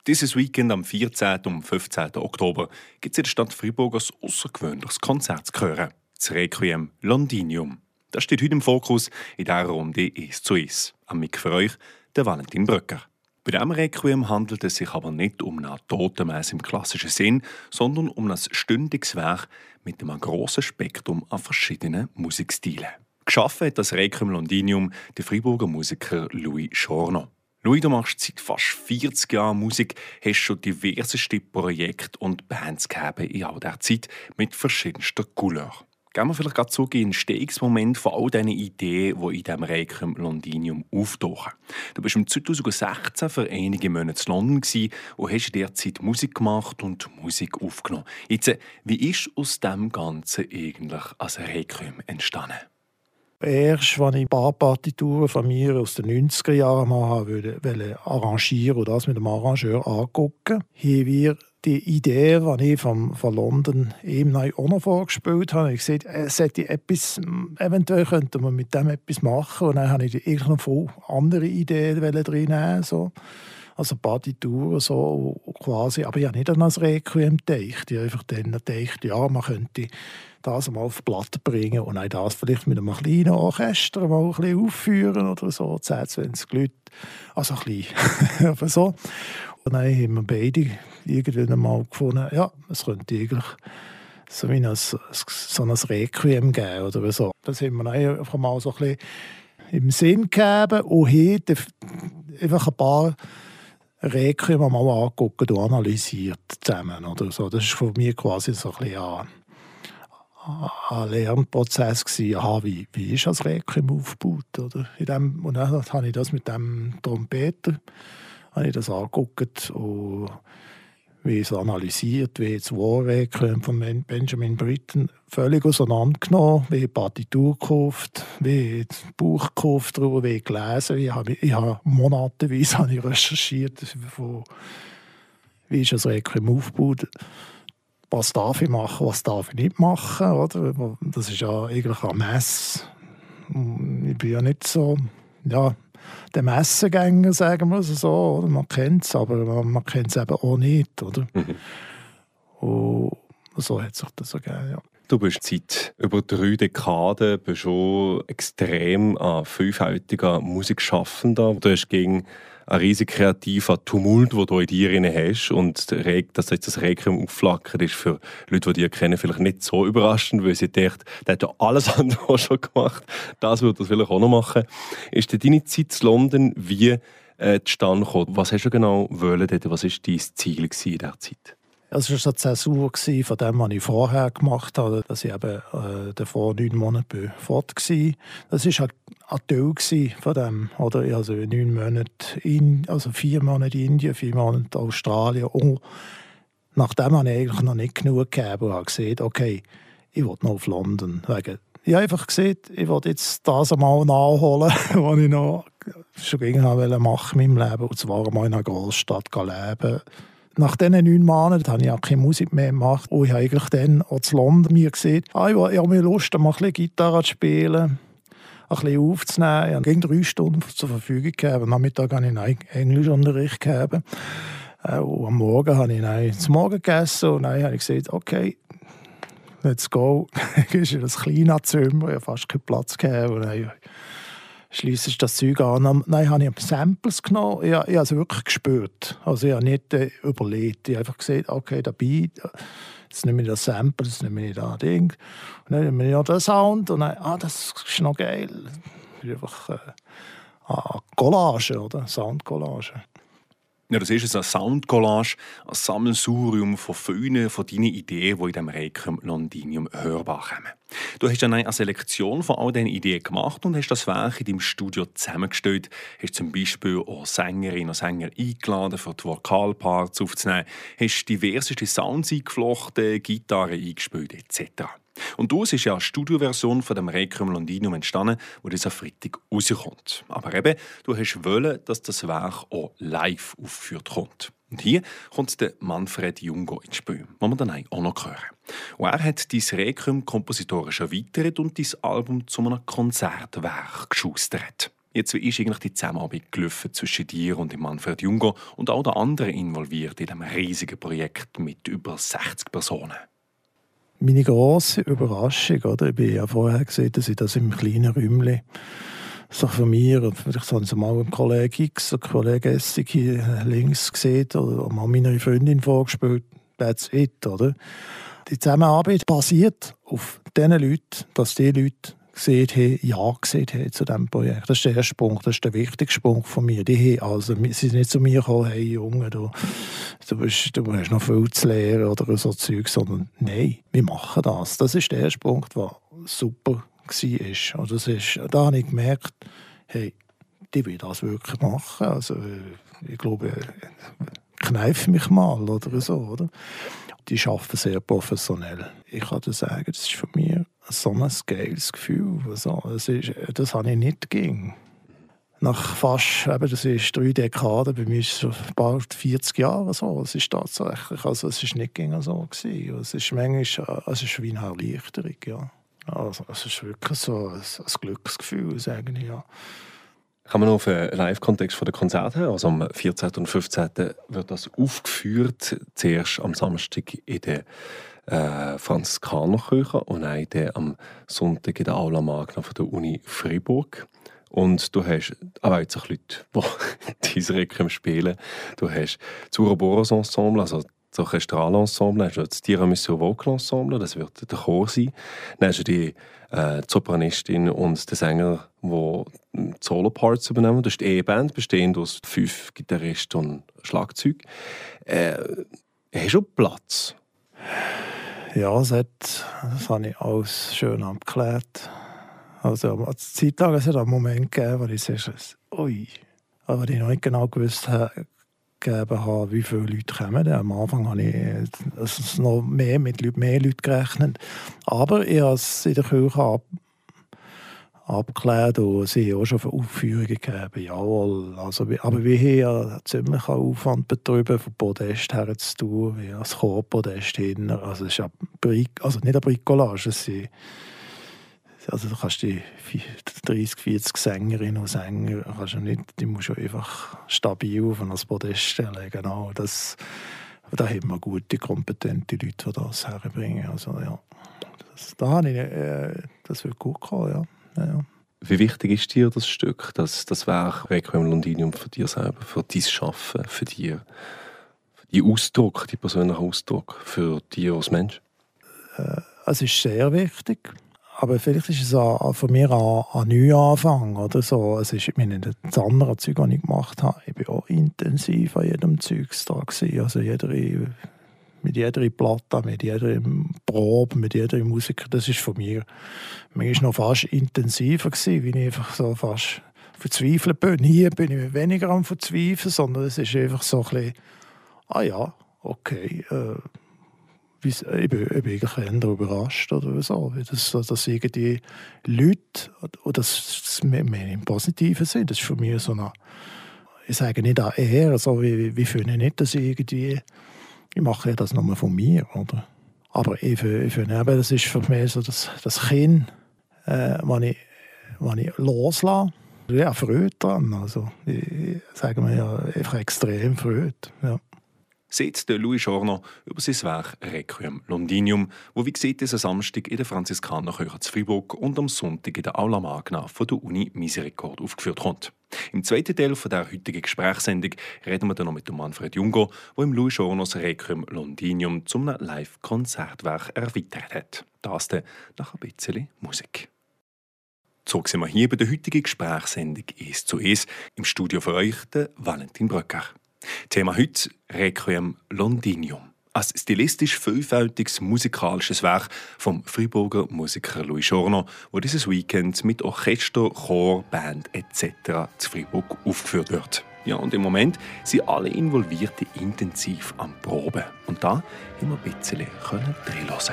Dieses Weekend am 14. und 15. Oktober gibt es in der Stadt Freiburg ein außergewöhnliches Konzert zu hören. Das Requiem Londinium. Das steht heute im Fokus in dieser Runde «Es zu Es». Am Mic für euch, der Valentin Bröcker. Bei diesem Requiem handelt es sich aber nicht um eine Totenmesse im klassischen Sinn, sondern um ein stündiges Werk mit einem grossen Spektrum an verschiedenen Musikstilen. Geschaffen hat das Requiem Londinium der Freiburger Musiker Louis Schorno. Louis, du machst seit fast 40 Jahren Musik, hast schon diverseste Projekte und Bands gegeben in all dieser Zeit mit verschiedenster Couleur. Gehen wir vielleicht gerade zurück in den Entstehungsmoment von all diesen Ideen, die in diesem Requiem Londinium auftauchen. Du warst im 2016 für einige Monate in London und hast in dieser Zeit Musik gemacht und Musik aufgenommen. Jetzt, wie ist aus dem Ganzen eigentlich als Requiem entstanden? Erst, als ich ein paar Partituren von mir aus den 90er Jahren mal wollte arrangieren und das mit dem Arrangeur angucken, haben wir die Idee, die ich von London eben auch noch vorgespielt habe. Ich gesagt, eventuell könnte man mit dem etwas machen. Und dann habe ich eigentlich noch voll andere Ideen drin nehmen, so. Also Partituren so quasi. Aber ich habe nicht an das Requiem gedacht. Ich habe einfach dann gedacht, ja, man könnte das mal auf die Platte bringen und dann das vielleicht mit einem kleinen Orchester mal ein bisschen aufführen oder so, 10, 20 Leute. Also ein bisschen. Aber so. Und dann haben wir beide irgendwann mal gefunden, ja, es könnte eigentlich so ein Requiem geben oder so. Das haben wir dann einfach mal so ein bisschen im Sinn gegeben und haben einfach ein paar Requiem mal angeguckt und analysiert zusammen. Oder so. Das war für mich quasi so ein bisschen ein Lernprozess gewesen. Aha, wie ist das Requiem aufgebaut? Oder? Und dann habe ich das mit dem Trompeter angeguckt und wie es analysiert, wie das War-Requiem von Benjamin Britten völlig auseinandergenommen, wie Partitur gekauft, wie das Buch gekauft, wie gelesen. Ich habe monatenweise recherchiert, wie ist das Requiem aufgebaut, was darf ich machen, was darf ich nicht machen. Oder? Das ist ja eigentlich eine Messe. Ich bin ja nicht so... Ja, der Messengänger, sagen wir es so. Oder? Man kennt es, aber man kennt es eben auch nicht. Oder? Und so hat sich das ergeben, ja. Du bist seit über 3 Dekaden schon extrem vielfältiger Musikschaffender. Du hast gegen einen riesigen kreativen Tumult, den du in dir drin hast. Und dass jetzt das Requiem aufflackert, ist für Leute, die dich kennen, vielleicht nicht so überraschend, weil sie denken, der hat ja alles andere schon gemacht. Das würde er vielleicht auch noch machen. Ist denn deine Zeit in London wie zustande gekommen? Was hast du genau wollen dort? Was war dein Ziel in dieser Zeit? Es war eine Zäsur von dem, was ich vorher gemacht habe, dass ich eben davor 9 Monate fort war. Das war ein Teil von dem. Oder? Also 9 Monate, also 4 Monate Indien, 4 Monate Australien. Und nachdem habe ich eigentlich noch nicht genug gegeben und habe gesehen, okay, ich will noch auf London. Ich habe einfach gesehen, ich will jetzt das einmal nachholen, was ich noch schon machen wollte in meinem Leben. Und zwar einmal in einer Großstadt leben. Nach diesen 9 Monaten habe ich auch keine Musik mehr gemacht. Und ich habe eigentlich dann auch zu London mir gesehen, ich habe mir Lust, mal ein bisschen Gitarre zu spielen, ein bisschen aufzunehmen. Ich habe gegen 3 Stunden zur Verfügung gehabt. Am Nachmittag habe ich einen Englischunterricht gehabt. Und am Morgen habe ich dann zum Morgen gegessen. Und dann habe ich gesagt, okay, let's go. Ich gehe in das kleine Zimmer, ich habe fast keinen Platz gehabt. Und dann schliesse ich das Zeug an. Dann habe ich Samples genommen. Ich habe es wirklich gespürt. Also ich habe nicht überlegt. Ich habe einfach gesagt, okay, der Beat, jetzt nehme ich das Sample, jetzt nehme ich das Ding. Und dann nehme ich noch den Sound. Und dann, das ist noch geil. Das ist einfach eine Collage, oder? Soundcollage. Ja, das ist eine Soundcollage, ein Sammelsurium von vielen von deinen Ideen, die in diesem Requiem Londinium hörbar kommen. Du hast dann eine Selektion von all diesen Ideen gemacht und hast das Werk in deinem Studio zusammengestellt. Hast zum Beispiel auch Sängerinnen und Sänger eingeladen, für die Vokalparts aufzunehmen. Hast diverseste Sounds eingeflochten, Gitarren eingespielt etc. Und daraus ist ja eine Studioversion von dem Requiem Londinium entstanden, die dieser Freitag rauskommt. Aber eben, du hast wollen, dass das Werk auch live aufgeführt kommt. Und hier kommt der Manfred Jungo ins Spiel, den wir dann auch noch hören. Und er hat dein Requiem kompositorisch erweitert und dein Album zu einem Konzertwerk geschustert. Jetzt, wie ist eigentlich die Zusammenarbeit gelaufen zwischen dir und dem Manfred Junger und auch den anderen involviert in diesem riesigen Projekt mit über 60 Personen? Meine grosse Überraschung, oder? Ich habe ja vorher gesehen, dass ich das im kleinen Räumchen so von mir, und vielleicht haben Sie mal einen Kollegen X, einen Kollegen Essig hier links gesehen oder mal meiner Freundin vorgespielt. That's it, oder? Die Zusammenarbeit basiert auf diesen Leuten, dass die Leute gesehen haben zu diesem Projekt. Das ist der erste Punkt, das ist der wichtigste Punkt von mir. Sie sind nicht zu mir gekommen, hey Junge, du hast noch viel zu lernen oder so Zeug, sondern nein, wir machen das. Das ist der erste Punkt, der super war. Und da habe ich gemerkt, hey, die will das wirklich machen. Also, ich glaube, kneif mich mal oder so, oder? Die arbeiten sehr professionell. Ich kann dir sagen, das ist für mich so ein geiles Gefühl. Also, das habe ich nicht gegeben. Nach fast, das ist 3 Dekaden, bei mir ist es schon bald 40 Jahre so. Es ist tatsächlich, also es ist nicht so gewesen. Es ist manchmal, es ist wie eine Erleichterung, ja. Also, es ist wirklich so ein Glücksgefühl, sage ich, ja. Kann man noch auf einen Live-Kontext der Konzerte haben? Also am 14. und 15. wird das aufgeführt, zuerst am Samstag in der Franziskanerkirche und dann am Sonntag in der Aula Magna von der Uni Freiburg. Und du hast auch jetzt Leute, die diese Requiem spielen. Du hast das Ouroboros Ensemble, also das Orchestralensemble, dann hast du das Tiramisu Vocal Ensemble, das wird der Chor sein. Dann hast du die Sopranistin und den Sänger, die Solo-Parts übernehmen. Das ist die E-Band, bestehend aus 5 Gitarristen und Schlagzeug. Hast du Platz? Ja, das habe ich alles schön abgeklärt. Also, eine Zeit lang hat es einen Moment gegeben, wo ich sage, ui, aber ich noch nicht genau gewusst habe, wie viele Leute kommen. Am Anfang habe ich noch mehr Leuten gerechnet. Aber ich habe es in der Kirche abgeklärt und sie haben auch schon für Aufführungen gegeben. Jawohl. Also, aber wir haben ja ziemlich Aufwand betrieben, von Podest her zu tun, wie das Chorpodest hin. Also, es ist nicht ein Bricolage. Also du kannst die 30, 40 Sängerinnen und Sänger die musst du einfach stabil auf ein Podest stellen. Genau, da haben wir gute, kompetente Leute, die das herbringen. Also, ja, das wird gut kommen, ja. Ja. Wie wichtig ist dir das Stück, das Werk Requiem Londinium für dich selber, für dein Schaffen, für dich, die Ausdruck, die persönlichen Ausdruck für dich als Mensch? Es ist sehr wichtig. Aber vielleicht ist es von mir ein Neuanfang oder so. Es ist, das andere Zeug, das ich gemacht habe, ich war auch intensiv an jedem Zeug da gewesen. Also mit jeder Platte, mit jeder Probe, mit jeder Musiker. Das ist von mir manchmal noch fast intensiver gewesen, wie ich einfach so fast verzweifelt bin. Hier bin ich weniger am Verzweifeln, sondern es ist einfach so ein bisschen, okay, ich bin eigentlich eher überrascht oder so, dass irgendwie Leute, und das meine im positiven Sinn, das ist für mich so eine, ich sage nicht an Ehre, so wie finde ich nicht, dass ich mache ja das nur von mir, oder? Aber ich finde eben, das ist für mich so das Kind, wenn ich loslasse, ja, Freude dran, also ich sage mir ja einfach extrem Freude, ja. Seht der Louis Journo über sein Werk Requiem Londinium, wo wie gesagt diesen Samstag in der Franziskanerkirche zu Freiburg und am Sonntag in der Aula Magna von der Uni Misericorde aufgeführt kommt. Im zweiten Teil der heutigen Gesprächssendung reden wir dann noch mit dem Manfred Junger, der im Louis Journos Requiem Londinium zum Live-Konzertwerk erweitert hat. Das dann nach ein bisschen Musik. Zurück sind wir hier bei der heutigen Gesprächssendung «Es zu Es». Im Studio für euch der Valentin Bröcker. Thema heute Requiem Londinium. Ein stilistisch vielfältiges musikalisches Werk vom Freiburger Musiker Louis Journo, das dieses Weekend mit Orchester, Chor, Band etc. zu Freiburg aufgeführt wird. Ja, und im Moment sind alle Involvierten intensiv am Proben. Und da haben wir ein bisschen reinhören.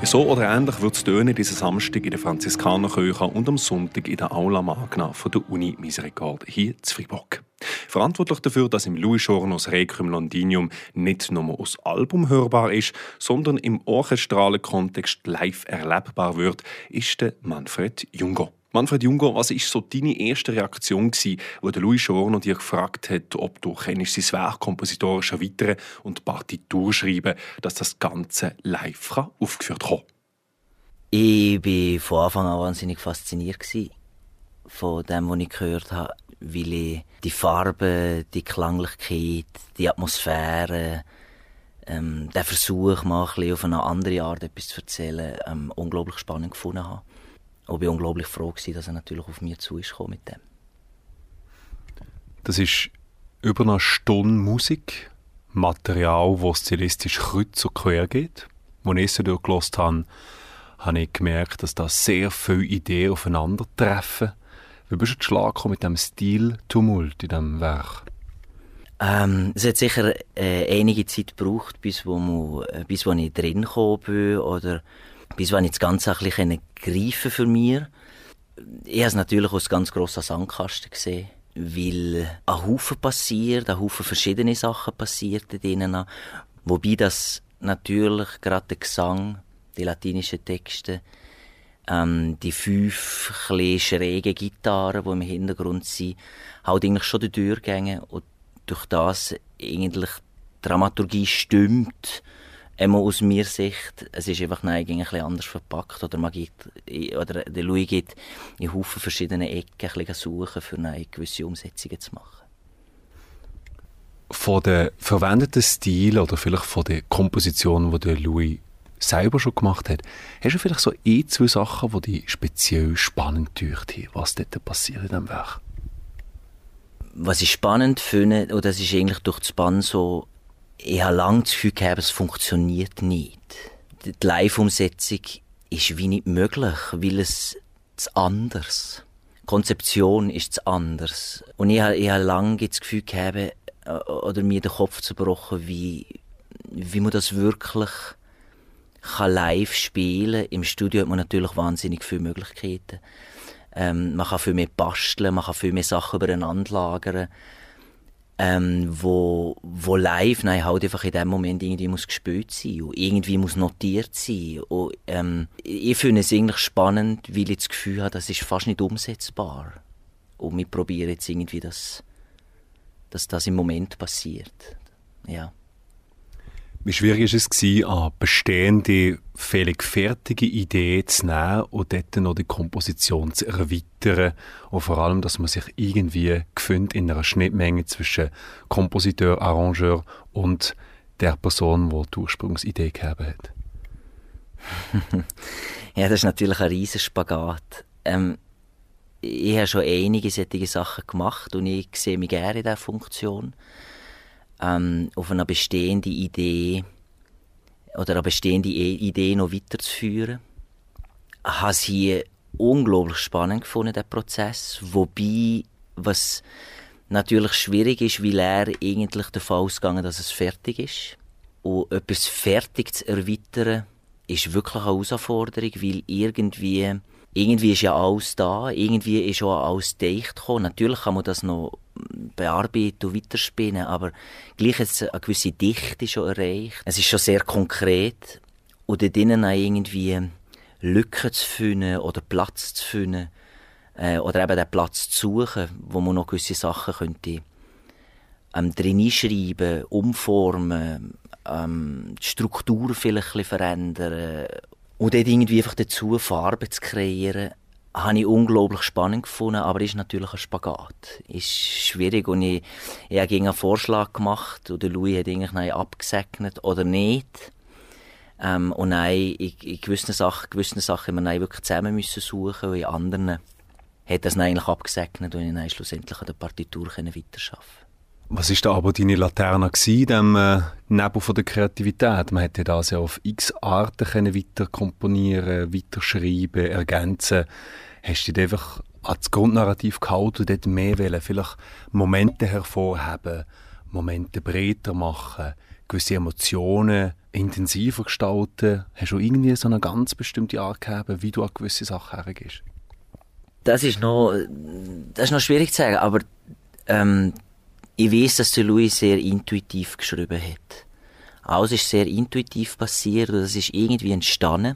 So oder ähnlich wird es tönen diesen Samstag in der Franziskanerkirche und am Sonntag in der Aula Magna von der Uni Misericorde hier in Freiburg. Verantwortlich dafür, dass im Louis Journos Requiem Londinium nicht nur aus Album hörbar ist, sondern im orchestralen Kontext live erlebbar wird, ist der Manfred Jungo. Manfred Jungo, was war so deine erste Reaktion, wo der Louis Journo dich gefragt hat, ob du sein Werk kompositorisch erweitern und Partitur schreiben, dass das Ganze live aufgeführt kann? Ich war von Anfang an wahnsinnig fasziniert von dem, was ich gehört habe, weil ich die Farben, die Klanglichkeit, die Atmosphäre, den Versuch, mal ein bisschen auf eine andere Art etwas zu erzählen, unglaublich spannend gefunden habe. Und ich war unglaublich froh, dass er natürlich auf mich zu ist mit dem. Das ist über eine Stunde Musik, Material, das stilistisch kreuz und quer geht. Als ich es durchgehört habe ich gemerkt, dass da sehr viele Ideen aufeinandertreffen. Wie bist du zu Schlag mit diesem Stiltumult in diesem Werk? Es hat sicher einige Zeit gebraucht, bis wo ich drin gekommen bin oder bis ich das Ganze ein bisschen greifen für mich. Ich habe es natürlich als ganz grosser Sandkasten gesehen, weil ein Haufen passiert, ein Haufen verschiedene Sachen passiert drinnen. Wobei das natürlich gerade der Gesang, die latinischen Texte, die 5 bisschen schrägen Gitarren, die im Hintergrund sind, halt eigentlich schon die Durchgänge und durch das eigentlich die Dramaturgie stimmt. Aus meiner Sicht, es ist einfach eigentlich ein bisschen anders verpackt oder der Louis geht in Haufen verschiedene Ecken ein bisschen suchen, für eine gewisse Umsetzungen zu machen. Von den verwendeten Stilen oder vielleicht von den Kompositionen, die der Louis selber schon gemacht hat, hast du vielleicht so 2 Sachen, die dich speziell spannend haben, was dort passiert in diesem Werk? Was ich spannend finde, und das ist eigentlich durch das Band so, ich habe lange das Gefühl gehabt, es funktioniert nicht. Die Live-Umsetzung ist wie nicht möglich, weil es zu anders. Die Konzeption ist zu anders. Und ich habe lange das Gefühl gehabt, oder mir den Kopf zerbrochen, wie man das wirklich kann live spielen. Im Studio hat man natürlich wahnsinnig viele Möglichkeiten. Man kann viel mehr basteln, man kann viel mehr Sachen übereinander lagern. Wo live halt einfach in dem Moment irgendwie muss gespielt sein und irgendwie muss notiert sein. Und, ich finde es eigentlich spannend, weil ich das Gefühl habe, das ist fast nicht umsetzbar. Und wir probieren jetzt irgendwie, dass das im Moment passiert. Ja. Wie schwierig war es, eine bestehende, völlig fertige Idee zu nehmen und dort noch die Komposition zu erweitern und vor allem, dass man sich irgendwie findet in einer Schnittmenge zwischen Kompositeur, Arrangeur und der Person, die die Ursprungsidee gegeben hat? Ja, das ist natürlich ein riesen Spagat. Ich habe schon einige solche Sachen gemacht und ich sehe mich gerne in dieser Funktion. Auf eine bestehende Idee oder eine bestehende Idee noch weiterzuführen. Ich habe es hier unglaublich spannend gefunden, den Prozess. Wobei, was natürlich schwierig ist, weil er eigentlich davon ausgegangen, dass es fertig ist. Und etwas fertig zu erweitern, ist wirklich eine Herausforderung, weil irgendwie ist ja alles da, irgendwie ist auch alles dicht gekommen. Natürlich kann man das noch bearbeiten und weiterspinnen, aber gleich ist eine gewisse Dichte schon erreicht. Es ist schon sehr konkret und dort drinnen auch irgendwie Lücken zu finden oder Platz zu finden oder eben den Platz zu suchen, wo man noch gewisse Sachen könnte drin schreiben, umformen, die Struktur vielleicht ein bisschen verändern und dort irgendwie einfach dazu Farben zu kreieren, habe ich unglaublich spannend gefunden, aber ist natürlich ein Spagat. Ist schwierig und ich habe einen Vorschlag gemacht und der Louis hat eigentlich abgesegnet oder nicht. Und nein, in gewissen Sachen wir wirklich zusammen müssen suchen und in anderen hat das eigentlich abgesegnet und ich schlussendlich an der Partitur weiterarbeiten. Was war da aber deine Laterne in diesem Nebel von der Kreativität? Man hätte das ja auf x Arten weiter komponieren, weiter schreiben, ergänzen. Hast du dich einfach als Grundnarrativ gehalten und dort mehr wollen? Vielleicht Momente hervorheben, Momente breiter machen, gewisse Emotionen intensiver gestalten? Hast du irgendwie so eine ganz bestimmte Art gehabt, wie du an gewisse Sachen hergehst? Das ist noch schwierig zu sagen, aber ich weiss, dass der Louis sehr intuitiv geschrieben hat. Alles ist sehr intuitiv passiert und das ist irgendwie entstanden.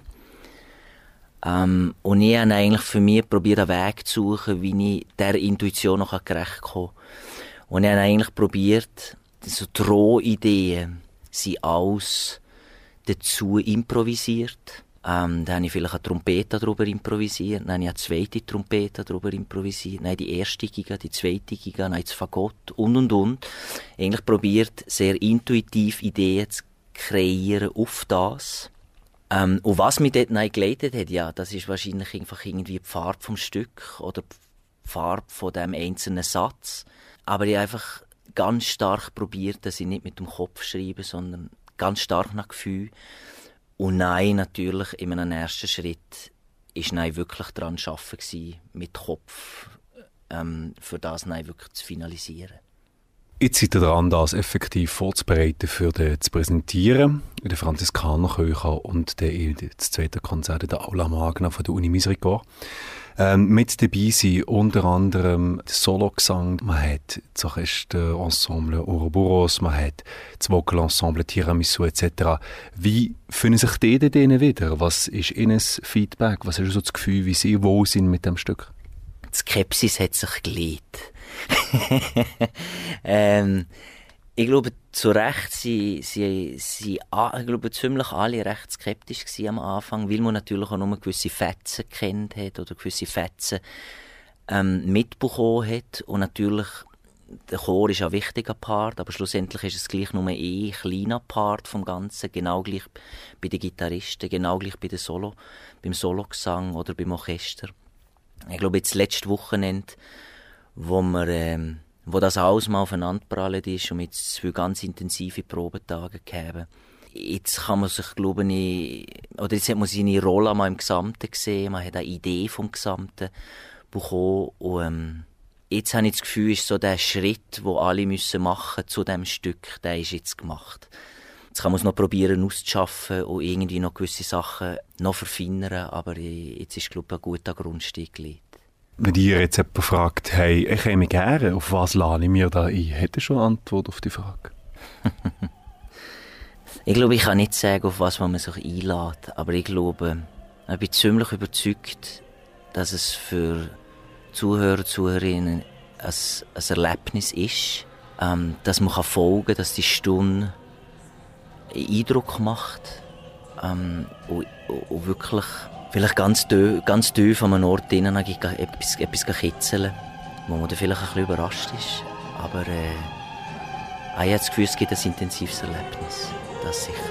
Und ich habe eigentlich für mich probiert, einen Weg zu suchen, wie ich dieser Intuition noch gerecht komme. Und ich habe eigentlich probiert, so die Rohideen sind alles dazu improvisiert. Dann habe ich vielleicht eine Trompete darüber improvisiert, dann habe ich eine zweite Trompete darüber improvisiert, dann die erste Giga, die zweite Giga, dann das Fagott und. Eigentlich probiert, sehr intuitiv Ideen zu kreieren auf das. Und was mich dort geleitet hat, ja, das ist wahrscheinlich einfach irgendwie die Farbe vom Stück oder die Farbe von dem einzelnen Satz. Aber ich habe einfach ganz stark probiert, dass ich nicht mit dem Kopf schreibe, sondern ganz stark nach Gefühl. Und nein, natürlich, in einem ersten Schritt war wirklich daran zu arbeiten, mit Kopf, für das wirklich zu finalisieren. Jetzt seid ihr dran, das effektiv vorzubereiten, für zu präsentieren in der Franziskanerkirche und das zweite Konzert in der Aula Magna von der Uni Misericorde. Mit dabei sind unter anderem der Sologesang, man hat das Orchesterensemble Ouroboros, man hat das Vocalensemble Tiramisu etc. Wie fühlen sich die denen wieder? Was ist ihnen das Feedback? Was ist so das Gefühl, wie sie wohl sind mit dem Stück? Die Skepsis hat sich gelegt. Ich glaube, zu Recht sie ich glaube, ziemlich alle recht skeptisch am Anfang, weil man natürlich auch nur gewisse Fetzen kennt hat oder gewisse Fetzen mitbekommen hat. Und natürlich, der Chor ist ein wichtiger Part, aber schlussendlich ist es gleich nur ein kleiner Part vom Ganzen. Genau gleich bei den Gitarristen, genau gleich beim Sologesang oder beim Orchester. Ich glaube, jetzt letztes Wochenende, wo das alles mal aufeinanderprallt ist und mit 2 ganz intensive Probetage gegeben. Jetzt kann man sich, glaube ich, oder jetzt hat man seine Rolle mal im Gesamten gesehen, man hat eine Idee vom Gesamten bekommen und jetzt habe ich das Gefühl, ist so der Schritt, den alle müssen machen zu diesem Stück, der ist jetzt gemacht. Jetzt kann man es noch probieren auszuschaffen und irgendwie noch gewisse Sachen noch verfeinern, aber jetzt ist, glaube ich, ein guter Grundstein gelegt. Wenn dir jetzt jemand fragt, hey, ich käme gerne, auf was lade ich mir da ein? Hättest du schon eine Antwort auf die Frage? Ich glaube, ich kann nicht sagen, auf was man sich einlädt, aber ich glaube, ich bin ziemlich überzeugt, dass es für Zuhörer und Zuhörerinnen ein Erlebnis ist, dass man folgen kann, dass die Stunde einen Eindruck macht und wirklich vielleicht ganz tief an einem Ort drinnen etwas kitzeln, wo man dann vielleicht ein bisschen überrascht ist. Aber ich habe das Gefühl, es gibt ein intensives Erlebnis. Das sicher.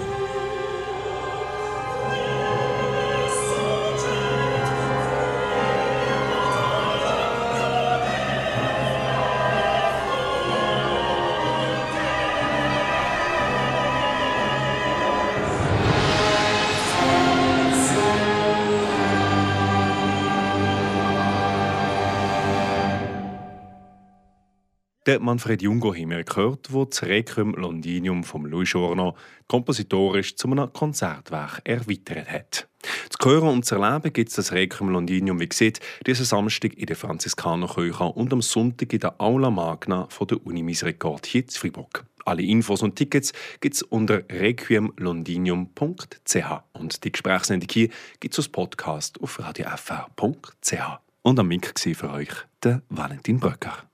Der Manfred Jungo haben wir gehört, der das Requiem Londinium vom Louis Journo kompositorisch zu einem Konzertwerk erweitert hat. Zu hören und zu erleben gibt es das Requiem Londinium, wie gesagt, diesen Samstag in der Franziskanerkirche und am Sonntag in der Aula Magna von der Uni Misericorde hier in Freiburg. Alle Infos und Tickets gibt es unter requiemlondinium.ch und die Gesprächssendung hier gibt es als Podcast auf radiofr.ch. Und am Mic war für euch der Valentin Bröcker.